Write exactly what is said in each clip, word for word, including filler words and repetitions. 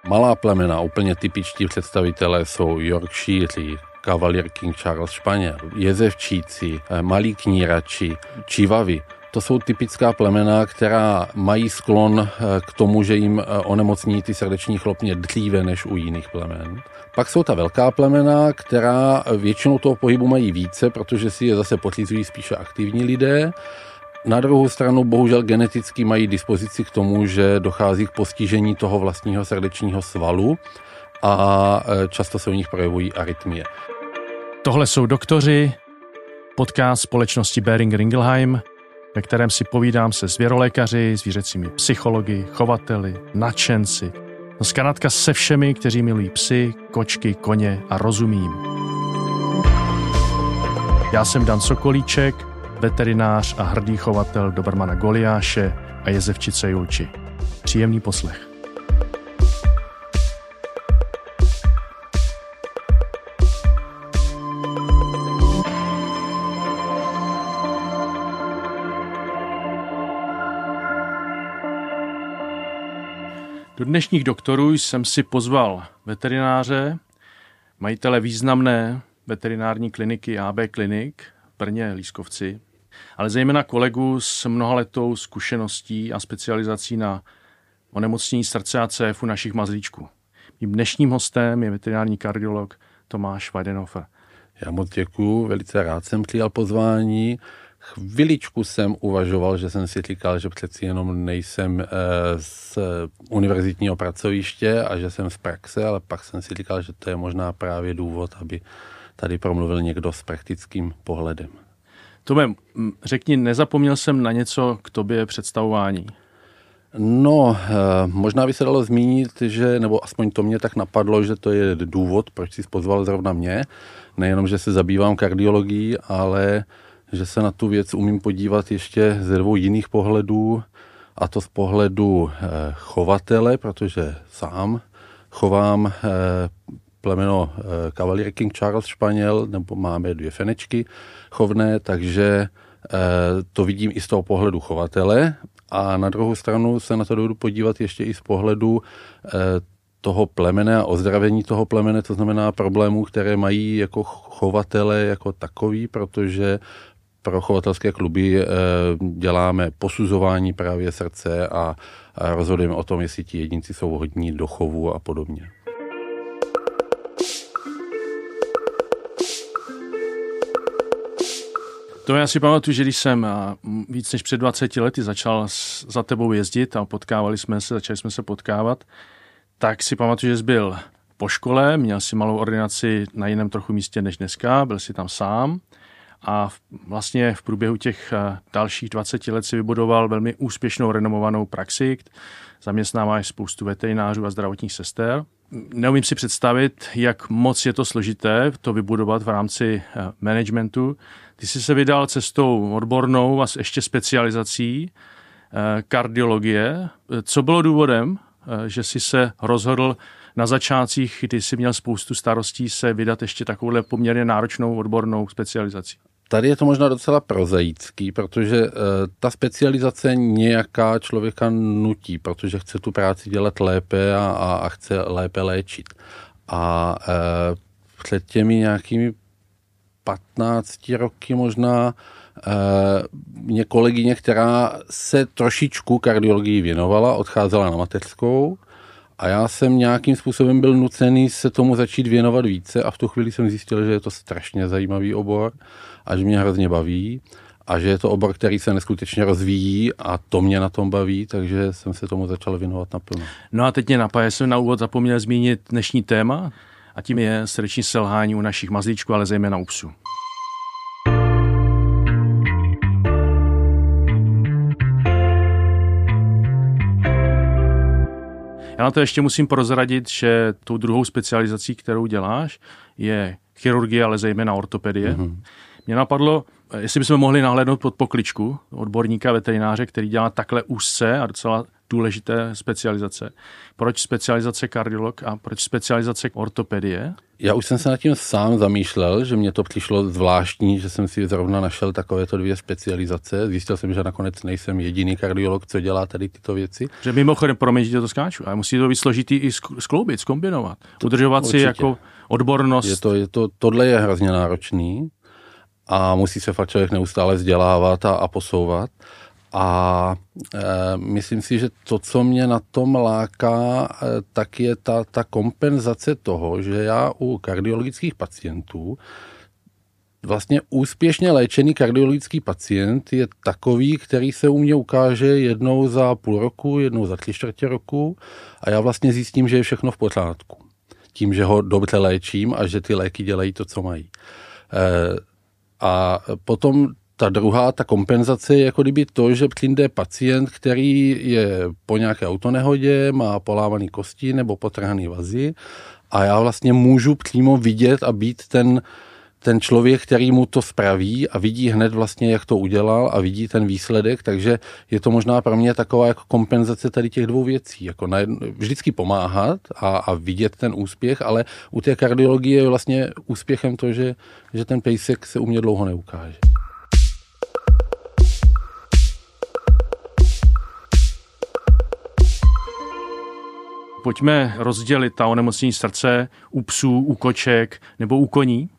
Malá plemena, úplně typičtí představitelé jsou Yorkshire, Cavalier King Charles Španěl, jezevčíci, malí knírači, čivavy. To jsou typická plemena, která mají sklon k tomu, že jim onemocní ty srdeční chlopně dříve než u jiných plemen. Pak jsou ta velká plemena, která většinou toho pohybu mají více, protože si je zase podřizují spíše aktivní lidé. Na druhou stranu bohužel geneticky mají dispozici k tomu, že dochází k postižení toho vlastního srdečního svalu a často se u nich projevují arytmie. Tohle jsou Doktoři, podcast společnosti Boehringer Ingelheim, ve kterém si povídám se zvěrolékaři, zvířecími psychologi, chovateli, nadšenci. No zkrátka se všemi, kteří milují psy, kočky, koně a rozumí jim. Já jsem Dan Sokolíček, veterinář a hrdý chovatel Dobermana Goliáše a jezevčice Julči. Příjemný poslech. Do dnešních doktorů jsem si pozval veterináře, majitele významné veterinární kliniky á bé Klinik v Brně Lískovci, ale zejména kolegu s mnohaletou zkušeností a specializací na onemocnění srdce a cévu našich mazlíčků. Mým dnešním hostem je veterinární kardiolog Tomáš Weidenhofer. Já moc děkuju, velice rád jsem přijal pozvání. Chviličku jsem uvažoval, že jsem si říkal, že přeci jenom nejsem z univerzitního pracoviště a že jsem z praxe, ale pak jsem si říkal, že to je možná právě důvod, aby tady promluvil někdo s praktickým pohledem. Tome, řekni, nezapomněl jsem na něco k tobě představování? No, možná by se dalo zmínit, že, nebo aspoň to mě tak napadlo, že to je důvod, proč jsi pozval zrovna mě. Nejenom, že se zabývám kardiologií, ale že se na tu věc umím podívat ještě ze dvou jiných pohledů, a to z pohledu chovatele, protože sám chovám plemeno Cavalier King Charles Španěl, nebo máme dvě fenečky chovné, takže to vidím i z toho pohledu chovatele. A na druhou stranu se na to dovedu podívat ještě i z pohledu toho plemene a ozdravení toho plemene, to znamená problémů, které mají jako chovatele jako takový, protože pro chovatelské kluby děláme posuzování právě srdce a rozhodujeme o tom, jestli ti jedinci jsou vhodní do chovu a podobně. To já si pamatuju, že když jsem víc než před dvaceti lety začal za tebou jezdit a potkávali jsme se, začali jsme se potkávat, tak si pamatuju, že jsi byl po škole, měl si malou ordinaci na jiném trochu místě než dneska, byl si tam sám a vlastně v průběhu těch dalších dvaceti let si vybudoval velmi úspěšnou renomovanou praxi, zaměstnáváš spoustu veterinářů a zdravotních sester. Neumím si představit, jak moc je to složité to vybudovat v rámci managementu. Ty jsi se vydal cestou odbornou a ještě specializací kardiologie. Co bylo důvodem, že jsi se rozhodl na začátcích, kdy jsi měl spoustu starostí, se vydat ještě takovouhle poměrně náročnou odbornou specializací? Tady je to možná docela prozaický, protože e, ta specializace nějaká člověka nutí, protože chce tu práci dělat lépe a, a, a chce lépe léčit. A e, před těmi nějakými patnácti roky možná e, mě kolegyně, která se trošičku kardiologii věnovala, odcházela na mateřskou a já jsem nějakým způsobem byl nucený se tomu začít věnovat více a v tu chvíli jsem zjistil, že je to strašně zajímavý obor a že mě hrozně baví a že je to obor, který se neskutečně rozvíjí a to mě na tom baví, takže jsem se tomu začal věnovat naplno. No a teď mě napadá, jsem na úvod zapomněl zmínit dnešní téma a tím je srdeční selhání u našich mazlíčků, ale zejména u psů. Já na to ještě musím prozradit, že tou druhou specializací, kterou děláš, je chirurgie, ale zejména ortopedie. Mm-hmm. Mě napadlo, jestli bychom mohli nahlédnout pod pokličku odborníka veterináře, který dělá takhle úzce a docela důležité specializace. Proč specializace kardiolog a proč specializace ortopedie? Já už jsem se nad tím sám zamýšlel, že mě to přišlo zvláštní, že jsem si zrovna našel takovéto dvě specializace. Zjistil jsem, že nakonec nejsem jediný kardiolog, co dělá tady tyto věci. Že mimochodem, promiň, že to skáču, ale musí to být složitý i skloubit, zkombinovat. Udržovat si jako odbornost. Je to, je to, tohle je hrozně náročný a musí se fakt člověk neustále vzdělávat a, a posouvat. A e, myslím si, že to, co mě na tom láká, e, tak je ta, ta kompenzace toho, že já u kardiologických pacientů, vlastně úspěšně léčený kardiologický pacient je takový, který se u mě ukáže jednou za půl roku, jednou za tři čtvrtě roku a já vlastně zjistím, že je všechno v pořádku. Tím, že ho dobře léčím a že ty léky dělají to, co mají. E, a potom ta druhá, ta kompenzace je jako kdyby to, že přijde pacient, který je po nějaké autonehodě, má polávaný kosti nebo potrhaný vazy a já vlastně můžu přímo vidět a být ten, ten člověk, který mu to spraví a vidí hned vlastně, jak to udělal a vidí ten výsledek, takže je to možná pro mě taková jako kompenzace tady těch dvou věcí, jako na jedno, vždycky pomáhat a, a vidět ten úspěch, ale u té kardiologie je vlastně úspěchem to, že, že ten pejsek se u mě dlouho neukáže. Pojďme rozdělit ta onemocnění srdce u psů, u koček nebo u koní.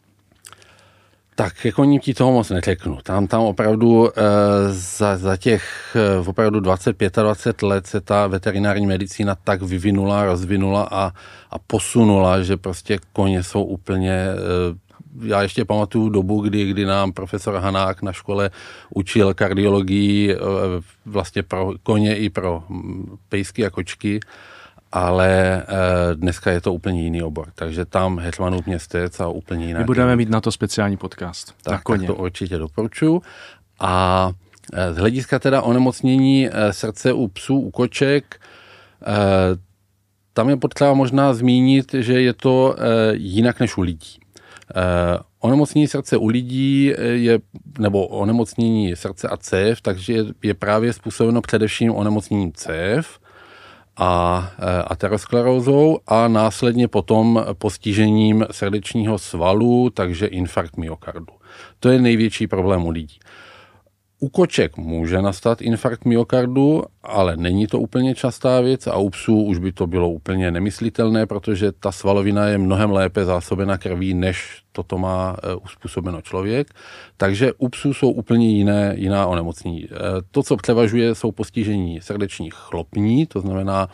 Tak ke koním ti toho moc neřeknu. Tam, tam opravdu e, za, za těch e, opravdu dvacet dvacet pět let se ta veterinární medicína tak vyvinula, rozvinula a, a posunula, že prostě koně jsou úplně... E, já ještě pamatuju dobu, kdy, kdy nám profesor Hanák na škole učil kardiologii e, vlastně pro koně i pro pejsky a kočky. Ale e, dneska je to úplně jiný obor, takže tam Heřmanův Městec a úplně jiná. My budeme mít na to speciální podcast. Tak, tak to určitě doporučuji. A e, z hlediska teda onemocnění e, srdce u psů, u koček, e, tam je potřeba možná zmínit, že je to e, jinak než u lidí. E, onemocnění srdce u lidí je, nebo onemocnění srdce a cév, takže je, je právě způsobeno především onemocněním cév, a aterosklerózou a následně potom postižením srdečního svalu, takže infarkt myokardu. To je největší problém u lidí. U koček může nastat infarkt myokardu, ale není to úplně častá věc a u psů už by to bylo úplně nemyslitelné, protože ta svalovina je mnohem lépe zásobena krví, než toto má uspůsobeno člověk. Takže u psů jsou úplně jiné, jiná onemocnění. To, co převažuje, jsou postižení srdečních chlopní, to znamená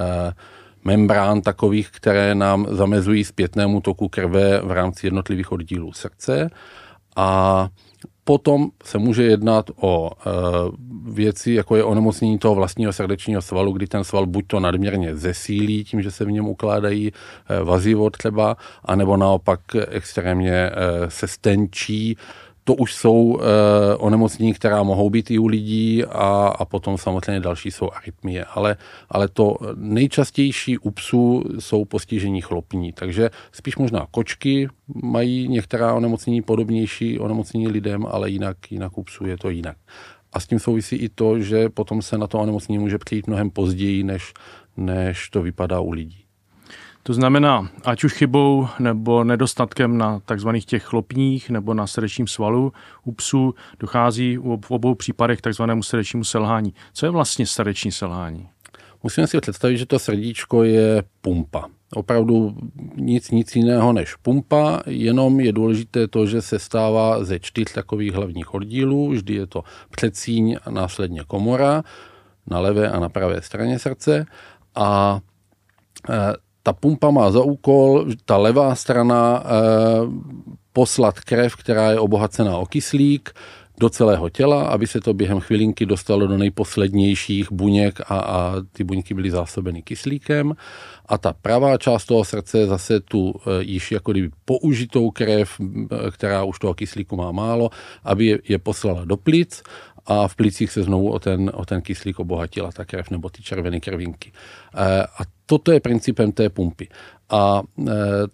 membrán takových, které nám zamezují zpětnému toku krve v rámci jednotlivých oddílů srdce. A potom se může jednat o e, věci, jako je onemocnění toho vlastního srdečního svalu, kdy ten sval buď to nadměrně zesílí tím, že se v něm ukládají e, vazivo třeba, anebo naopak extrémně e, se stenčí. To už jsou e, onemocnění, která mohou být i u lidí a, a potom samozřejmě další jsou arytmie. Ale, ale to nejčastější u psů jsou postižení chlopní. Takže spíš možná kočky mají některá onemocnění podobnější onemocnění lidem, ale jinak, jinak u psů je to jinak. A s tím souvisí i to, že potom se na to onemocnění může přijít mnohem později, než, než to vypadá u lidí. To znamená, ať už chybou nebo nedostatkem na takzvaných těch chlopních nebo na srdečním svalu u psů dochází v obou případech takzvanému srdečnímu selhání. Co je vlastně srdeční selhání? Musíme si představit, že to srdíčko je pumpa. Opravdu nic, nic jiného než pumpa, jenom je důležité to, že se stává ze čtyř takových hlavních oddílů. Vždy je to předsíň a následně komora na levé a na pravé straně srdce a e, ta pumpa má za úkol, ta levá strana, e, poslat krev, která je obohacená o kyslík, do celého těla, aby se to během chvilinky dostalo do nejposlednějších buněk a, a ty buňky byly zásobeny kyslíkem. A ta pravá část toho srdce zase tu e, již jako kdyby použitou krev, která už toho kyslíku má málo, aby je, je poslala do plic a v plicích se znovu o ten, o ten kyslík obohatila ta krev nebo ty červené krvinky. E, a toto je principem té pumpy. A e,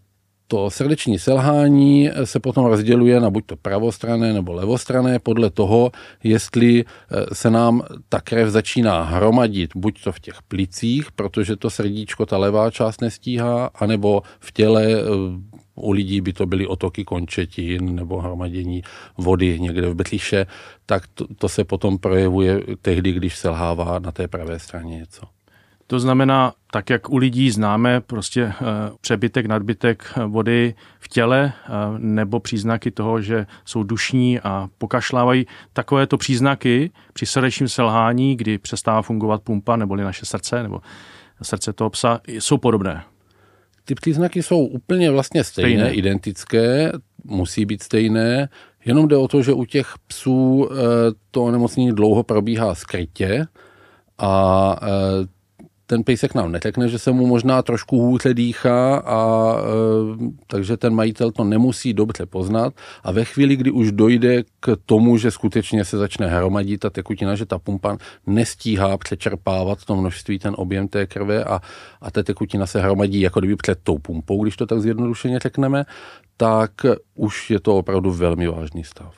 To srdeční selhání se potom rozděluje na buď to pravostranné nebo levostranné podle toho, jestli se nám ta krev začíná hromadit buď to v těch plicích, protože to srdíčko ta levá část nestíhá, anebo v těle. U lidí by to byly otoky končetin nebo hromadění vody někde v betliše, tak to, to se potom projevuje tehdy, když selhává na té pravé straně něco. To znamená, tak jak u lidí známe prostě e, přebytek, nadbytek vody v těle e, nebo příznaky toho, že jsou dušní a pokašlávají, takovéto příznaky při srdečním selhání, kdy přestává fungovat pumpa neboli naše srdce nebo srdce toho psa, jsou podobné. Ty příznaky jsou úplně vlastně stejné, stejné, identické, musí být stejné, jenom jde o to, že u těch psů e, to onemocnění dlouho probíhá skrytě a e, ten pejsek nám neřekne, že se mu možná trošku hůře dýchá, a e, takže ten majitel to nemusí dobře poznat a ve chvíli, kdy už dojde k tomu, že skutečně se začne hromadit ta tekutina, že ta pumpa nestíhá přečerpávat to množství, ten objem té krve a, a ta tekutina se hromadí jako kdyby před tou pumpou, když to tak zjednodušeně řekneme, tak už je to opravdu velmi vážný stav.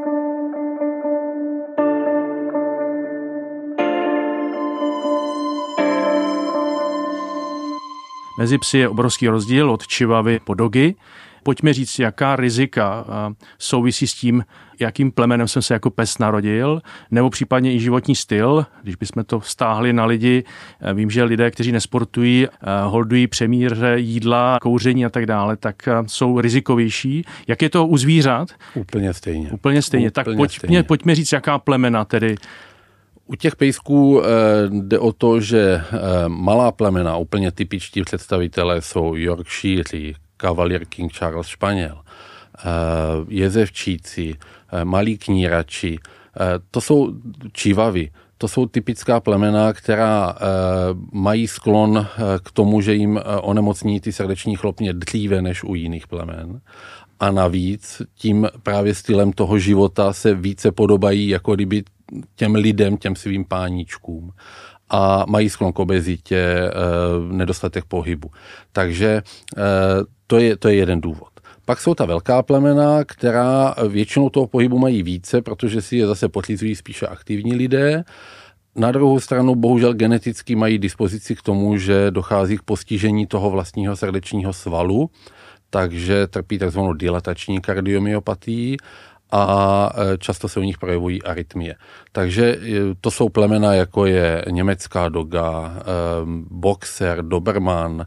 Mezi psy je obrovský rozdíl od čivavy po dogy. Pojďme říct, jaká rizika souvisí s tím, jakým plemenem jsem se jako pes narodil, nebo případně i životní styl. Když bychom to vztáhli na lidi, vím, že lidé, kteří nesportují, holdují přemíře jídla, kouření a tak dále, tak jsou rizikovější. Jak je to u zvířat? Úplně stejně. Úplně stejně. Úplně tak pojďme, stejně. pojďme říct, jaká plemena tedy. U těch pejsků eh, jde o to, že eh, malá plemena, úplně typičtí představitelé jsou Yorkshire, Cavalier King Charles Španěl, eh, jezevčíci, eh, malí knírači, eh, to jsou čivavy. To jsou typická plemena, která e, mají sklon e, k tomu, že jim e, onemocní ty srdeční chlopně dříve než u jiných plemen. A navíc tím právě stylem toho života se více podobají jako kdyby těm lidem, těm svým páníčkům. A mají sklon k obezitě, e, nedostatek pohybu. Takže e, to je, to je jeden důvod. Pak jsou ta velká plemena, která většinou toho pohybu mají více, protože si je zase podlizují spíše aktivní lidé. Na druhou stranu bohužel geneticky mají dispozici k tomu, že dochází k postižení toho vlastního srdečního svalu, takže trpí takzvanou dilatační kardiomyopatii a často se u nich projevují arytmie. Takže to jsou plemena, jako je německá doga, boxer, doberman.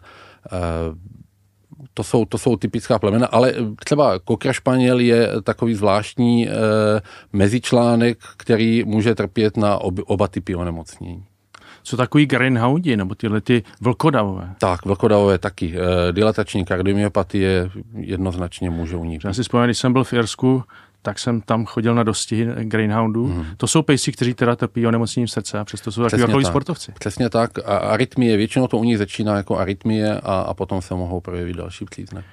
To jsou, to jsou typická plemena, ale třeba Cocker Spaniel je takový zvláštní e, mezičlánek, který může trpět na ob, oba typy onemocnění. Co takový greyhoundi, nebo tyhle ty vlkodavové? Tak, vlkodavové taky. E, dilatační kardiomyopatie jednoznačně může u nich. Já si vzpomínám, když jsem byl v Irsku, tak jsem tam chodil na dostihy greyhoundů. Mm. To jsou pejsi, kteří teda trpí onemocněním srdce a přesto jsou takový jako sportovci. Přesně tak. A arytmie, většinou to u nich začíná jako arytmie a, a potom se mohou projevit další příznaky.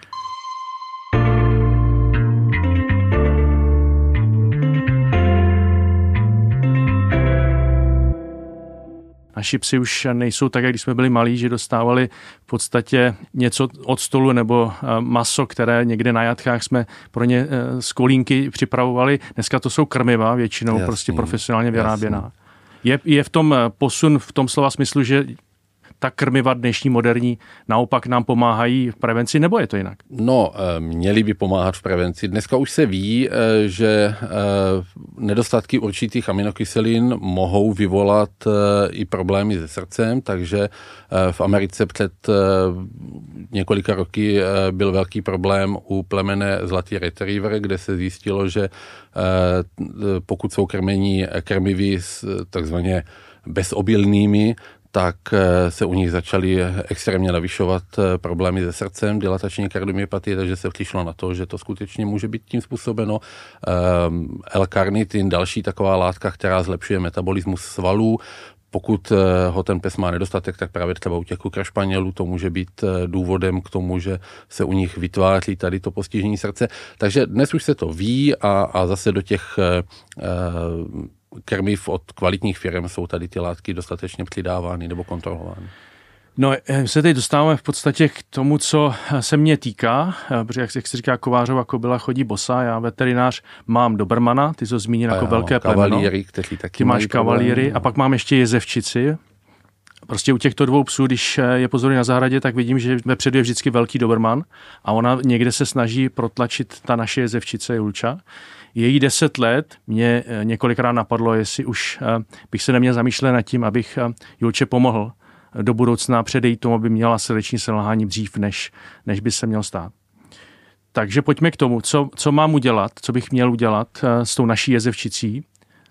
Naši psi už nejsou tak, jak když jsme byli malí, že dostávali v podstatě něco od stolu nebo maso, které někde na jatkách jsme pro ně z kolínky připravovali. Dneska to jsou krmiva, většinou jasný, prostě profesionálně vyráběná. Je, je v tom posun v tom slova smyslu, že ta krmiva dnešní moderní naopak nám pomáhají v prevenci, nebo je to jinak? No, měly by pomáhat v prevenci. Dneska už se ví, že nedostatky určitých aminokyselin mohou vyvolat i problémy se srdcem, takže v Americe před několika roky byl velký problém u plemene Zlatý retriever, kde se zjistilo, že pokud jsou krmení krmivy takzvaně bezobilnými, tak se u nich začaly extrémně navyšovat problémy se srdcem, dilatační kardiomyopatie, takže se přišlo na to, že to skutečně může být tím způsobeno. L-karnitin, další taková látka, která zlepšuje metabolismus svalů. Pokud ho ten pes má nedostatek, tak právě třeba u těch Cocker Spanielů to může být důvodem k tomu, že se u nich vytváří tady to postižení srdce. Takže dnes už se to ví a, a zase do těch krmiv od kvalitních firm jsou tady ty látky dostatečně přidávány nebo kontrolovány. No, se teď dostáváme v podstatě k tomu, co se mě týká, protože jak se říká, Kovářova kobyla chodí bosa, já veterinář mám Dobermana, ty jsi zmínil jako velké plemeno. Kavalíry, kteří taky ty máš kavalíry a pak mám ještě jezevčici. Prostě u těchto dvou psů, když je pozoruji na zahradě, tak vidím, že vepředu je vždycky velký Doberman a ona někde se snaží protlačit ta naše jezevčice Julča. Její deset let mě několikrát napadlo, jestli už bych se neměl zamýšlet nad tím, abych Julče pomohl do budoucna předejít tomu, aby měla srdeční selhání dřív, než, než by se měl stát. Takže pojďme k tomu, co, co mám udělat, co bych měl udělat s tou naší jezevčicí.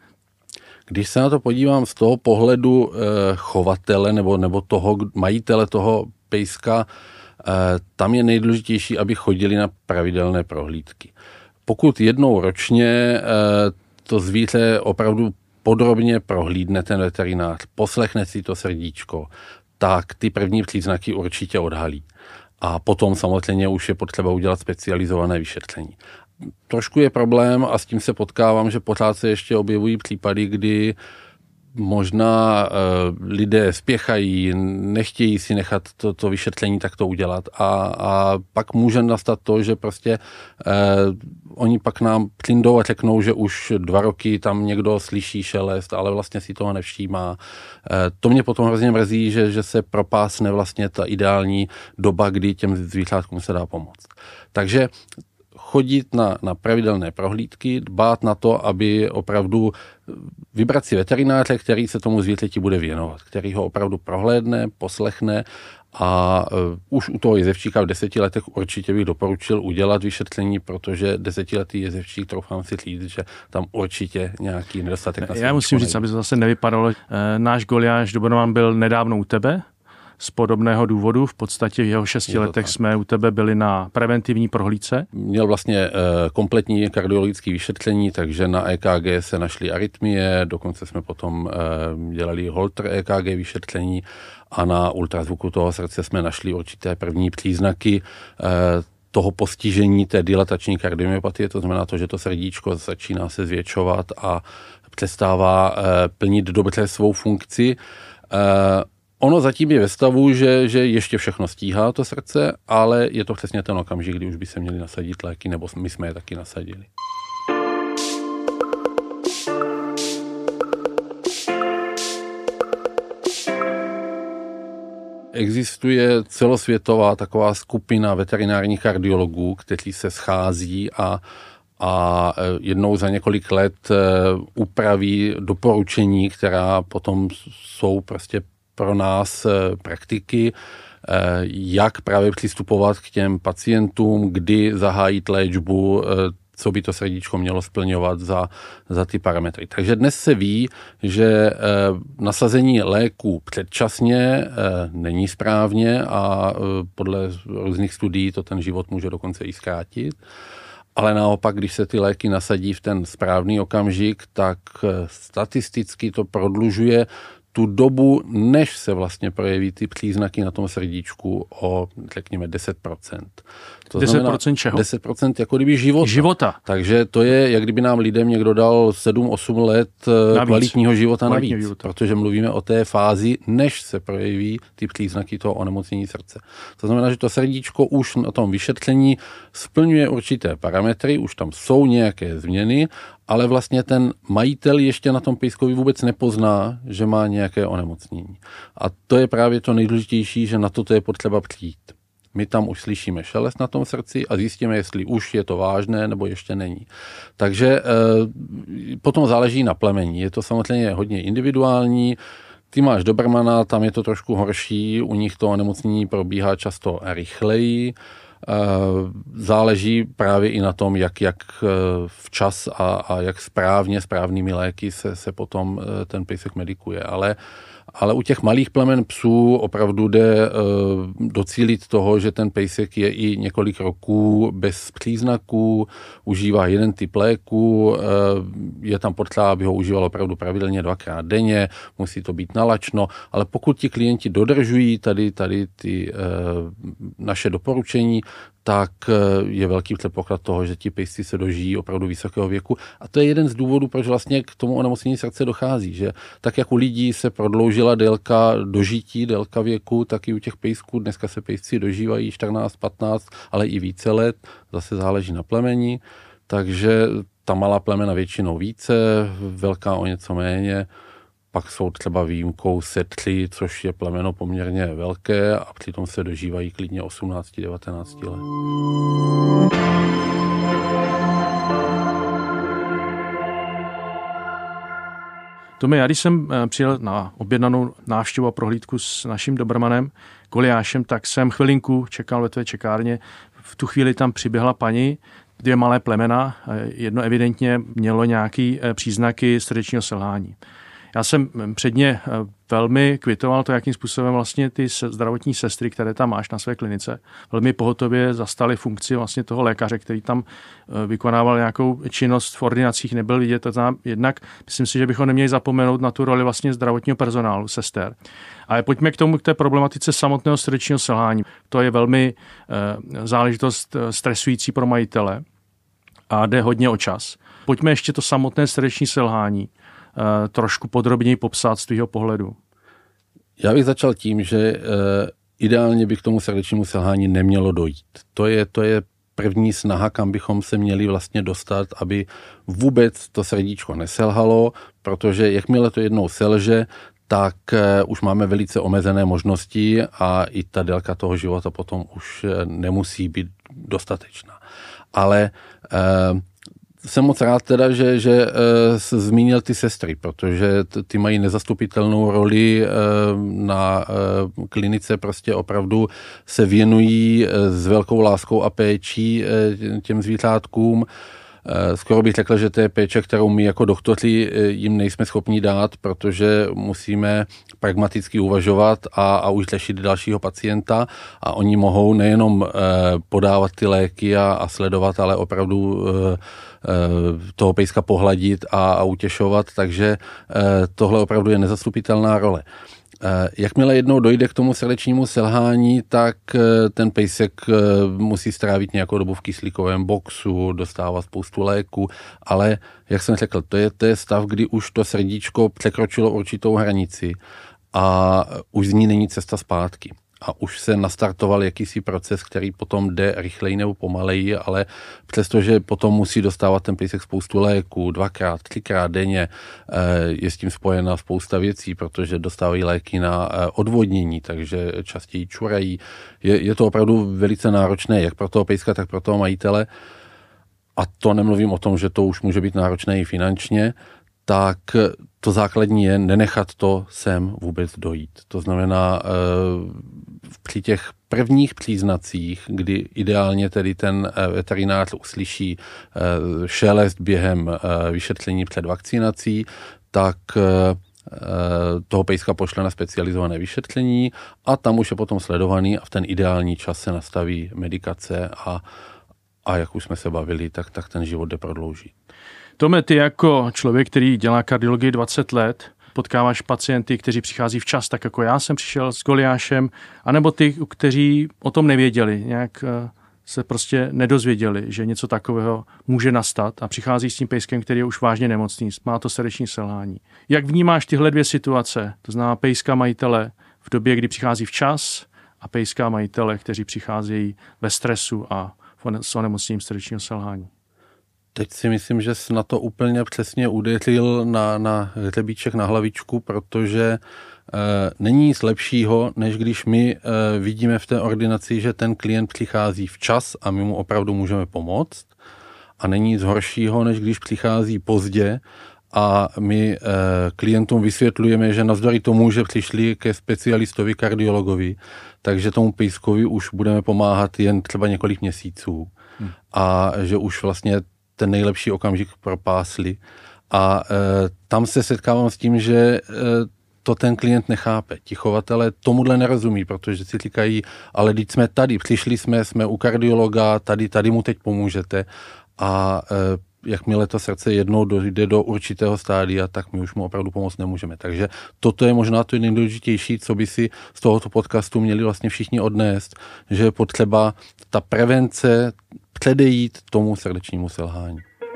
Když se na to podívám z toho pohledu eh, chovatele nebo, nebo toho majitele toho pejska, eh, tam je nejdůležitější, aby chodili na pravidelné prohlídky. Pokud jednou ročně eh, to zvíře opravdu podrobně prohlídne ten veterinář, poslechne si to srdíčko, tak ty první příznaky určitě odhalí. A potom samozřejmě už je potřeba udělat specializované vyšetření. Trošku je problém a s tím se potkávám, že pořád se ještě objevují případy, kdy možná e, lidé spěchají, nechtějí si nechat to, to vyšetření takto udělat a, a pak může nastat to, že prostě e, oni pak nám přindou a řeknou, že už dva roky tam někdo slyší šelest, ale vlastně si toho nevšímá. E, to mě potom hrozně mrzí, že, že se propásne vlastně ta ideální doba, kdy těm zvířátkům se dá pomoct. Takže chodit na, na pravidelné prohlídky, dbát na to, aby opravdu vybrat si veterináře, který se tomu zvířeti bude věnovat, který ho opravdu prohlédne, poslechne a uh, už u toho jezevčíka v deseti letech určitě bych doporučil udělat vyšetření, protože desetiletý jezevčík, troufám si říct, že tam určitě nějaký nedostatek na Já musím říct, aby to zase nevypadalo. E, náš Goliáš Doberman byl nedávno u tebe, z podobného důvodu. V podstatě v jeho šesti letech tak. Jsme u tebe byli na preventivní prohlídce. Měl vlastně kompletní kardiologické vyšetření, takže na E K G se našly arytmie, dokonce jsme potom dělali Holter E K G vyšetření a na ultrazvuku toho srdce jsme našli určité první příznaky toho postižení té dilatační kardiomyopatie, to znamená to, že to srdíčko začíná se zvětšovat a přestává plnit dobře svou funkci. Ono zatím je ve stavu, že, že ještě všechno stíhá to srdce, ale je to přesně ten okamžik, kdy už by se měli nasadit léky, nebo my jsme je taky nasadili. Existuje celosvětová taková skupina veterinárních kardiologů, kteří se schází a a jednou za několik let upraví doporučení, která potom jsou prostě pro nás praktiky, jak právě přistupovat k těm pacientům, kdy zahájit léčbu, co by to srdíčko mělo splňovat za, za ty parametry. Takže dnes se ví, že nasazení léků předčasně není správně a podle různých studií to ten život může dokonce i zkrátit. Ale naopak, když se ty léky nasadí v ten správný okamžik, tak statisticky to prodlužuje tu dobu, než se vlastně projeví ty příznaky na tom srdíčku o, řekněme, deset procent. To deset procent čeho? deset procent jako kdyby života. Života. Takže to je, jak kdyby nám lidem někdo dal sedm osm let navíc. kvalitního života Kvalitního navíc. Života. Protože mluvíme o té fázi, než se projeví ty příznaky toho onemocnění srdce. To znamená, že to srdíčko už na tom vyšetření splňuje určité parametry, už tam jsou nějaké změny, ale vlastně ten majitel ještě na tom pejskovi vůbec nepozná, že má nějaké onemocnění. A to je právě to nejdůležitější, že na to je potřeba přijít. My tam už slyšíme šelest na tom srdci a zjistíme, jestli už je to vážné nebo ještě není. Takže e, potom záleží na plemení. Je to samozřejmě hodně individuální. Ty máš Dobermana, tam je to trošku horší, u nich to onemocnění probíhá často rychleji. Záleží právě i na tom, jak, jak včas a, a jak správně, správnými léky se, se potom ten pejsek medikuje. Ale, ale u těch malých plemen psů opravdu jde docílit toho, že ten pejsek je i několik roků bez příznaků, užívá jeden typ léku, je tam potřeba, aby ho užíval opravdu pravidelně dvakrát denně, musí to být nalačno, ale pokud ti klienti dodržují tady, tady ty naše doporučení, tak je velký předpoklad toho, že ti pejsci se dožijí opravdu vysokého věku. A to je jeden z důvodů, proč vlastně k tomu onemocnění srdce dochází. Že tak, jak u lidí se prodloužila délka dožití, délka věku, tak i u těch pejsků. Dneska se pejsci dožívají čtrnáct, patnáct, ale i více let. Zase záleží na plemeni. Takže ta malá plemena většinou více, velká o něco méně. Pak jsou třeba výjimkou setři, což je plemeno poměrně velké a přitom se dožívají klidně osmnáct devatenáct let. Tome, já když jsem přijel na objednanou návštěvu a prohlídku s naším dobrmanem Goliášem, tak jsem chvilinku čekal ve tvé čekárně. V tu chvíli tam přiběhla paní, dvě malé plemena, jedno evidentně mělo nějaké příznaky srdečního selhání. Já jsem předně velmi kvitoval to, jakým způsobem vlastně ty zdravotní sestry, které tam máš na své klinice, velmi pohotově zastaly funkci vlastně toho lékaře, který tam vykonával nějakou činnost v ordinacích, nebyl vidět. To znamená, jednak myslím si, že bychom neměli zapomenout na tu roli vlastně zdravotního personálu, sester. Ale pojďme k tomu, k té problematice samotného srdečního selhání. To je velmi e, záležitost stresující pro majitele a jde hodně o čas. Pojďme ještě to samotné srdeční selhání trošku podrobněji popsat z tvýho pohledu. Já bych začal tím, že ideálně by k tomu srdečnímu selhání nemělo dojít. To je, to je první snaha, kam bychom se měli vlastně dostat, aby vůbec to srdíčko neselhalo, protože jakmile to jednou selže, tak už máme velice omezené možnosti a i ta délka toho života potom už nemusí být dostatečná. Ale jsem moc rád teda, že, že jsi zmínil ty sestry, protože ty mají nezastupitelnou roli na klinice, prostě opravdu se věnují s velkou láskou a péčí těm zvířátkům. Skoro bych řekl, že to je péče, kterou my jako doktoři jim nejsme schopni dát, protože musíme pragmaticky uvažovat a, a už řešit dalšího pacienta a oni mohou nejenom podávat ty léky a, a sledovat, ale opravdu toho pejska pohladit a, a utěšovat, takže tohle opravdu je nezastupitelná role. Jakmile jednou dojde k tomu srdečnímu selhání, tak ten pejsek musí strávit nějakou dobu v kyslíkovém boxu, dostává spoustu léku, ale jak jsem řekl, to je, to je stav, kdy už to srdíčko překročilo určitou hranici a už z ní není cesta zpátky. A už se nastartoval jakýsi proces, který potom jde rychleji nebo pomaleji, ale přestože potom musí dostávat ten pejsek spoustu léků, dvakrát, třikrát denně, je s tím spojena spousta věcí, protože dostávají léky na odvodnění, takže častěji čurají. Je, je to opravdu velice náročné, jak pro toho pejska, tak pro toho majitele. A to nemluvím o tom, že to už může být náročné i finančně, tak to základní je nenechat to sem vůbec dojít. To znamená, při těch prvních příznacích, kdy ideálně tedy ten veterinář uslyší šelest během vyšetření před vakcinací, tak toho pejska pošle na specializované vyšetření a tam už je potom sledovaný a v ten ideální čas se nastaví medikace a, a jak už jsme se bavili, tak, tak ten život jde prodloužit. Tome, ty jako člověk, který dělá kardiologii dvacet let, potkáváš pacienty, kteří přichází včas, tak jako já jsem přišel s Goliášem, anebo ty, kteří o tom nevěděli, nějak se prostě nedozvěděli, že něco takového může nastat a přichází s tím pejskem, který je už vážně nemocný, má to srdeční selhání. Jak vnímáš tyhle dvě situace, to znamená pejska majitele v době, kdy přichází včas a pejska majitele, kteří přicházejí ve stresu a s onemocněním srdečního selhání? Teď si myslím, že jsi na to úplně přesně udeřil na, na hřebíček, na hlavičku, protože e, není nic lepšího, než když my e, vidíme v té ordinaci, že ten klient přichází včas a my mu opravdu můžeme pomoct. A není nic horšího, než když přichází pozdě a my e, klientům vysvětlujeme, že navzdory tomu, že přišli ke specialistovi kardiologovi, takže tomu pejskovi už budeme pomáhat jen třeba několik měsíců. Hmm. A že už vlastně ten nejlepší okamžik propásli. A e, tam se setkávám s tím, že e, to ten klient nechápe. Ti chovatelé tomuhle nerozumí, protože si říkají, ale teď jsme tady, přišli jsme, jsme u kardiologa, tady, tady mu teď pomůžete. A e, jakmile to srdce jednou dojde do určitého stádia, tak my už mu opravdu pomoct nemůžeme. Takže toto je možná to nejdůležitější, co by si z tohoto podcastu měli vlastně všichni odnést, že je potřeba ta prevence předejít tomu srdečnímu selhání.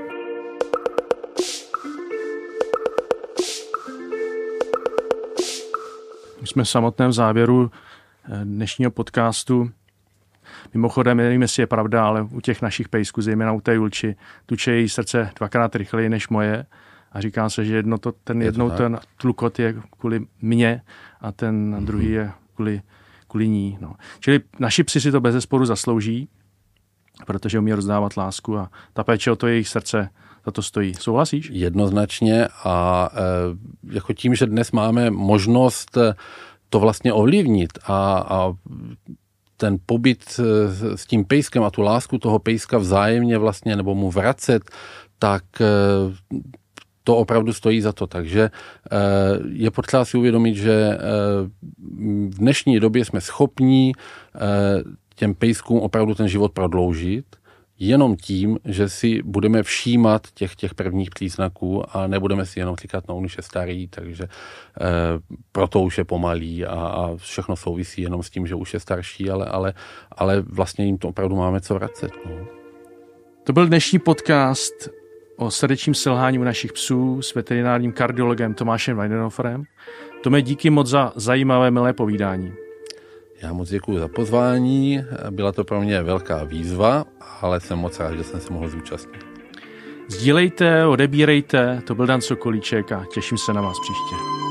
My jsme v samotném závěru dnešního podcastu. Mimochodem, nevím, jestli je pravda, ale u těch našich pejsků, zejména u té Julči, tuče její srdce dvakrát rychleji než moje a říká se, že jedno to, ten je jednou to ten tlukot je kvůli mně a ten mm-hmm. druhý je kvůli, kvůli ní. No. Čili naši psi si to bezesporu zaslouží, protože umí rozdávat lásku a ta péče o to jejich srdce za to stojí. Souhlasíš? Jednoznačně a e, jako tím, že dnes máme možnost to vlastně ovlivnit a, a ten pobyt s tím pejskem a tu lásku toho pejska vzájemně vlastně nebo mu vracet, tak to opravdu stojí za to. Takže je potřeba si uvědomit, že v dnešní době jsme schopní těm pejskům opravdu ten život prodloužit, jenom tím, že si budeme všímat těch, těch prvních příznaků a nebudeme si jenom říkat, no on už je starý, takže e, proto už je pomalý a, a všechno souvisí jenom s tím, že už je starší, ale, ale, ale vlastně jim to opravdu máme co vracet. No. To byl dnešní podcast o srdečním selhání u našich psů s veterinárním kardiologem Tomášem Weidenhoferem. Tome, díky moc za zajímavé, milé povídání. Já moc děkuji za pozvání, byla to pro mě velká výzva, ale jsem moc rád, že jsem se mohl zúčastnit. Sdílejte, odebírejte, to byl Dan Sokolíček a těším se na vás příště.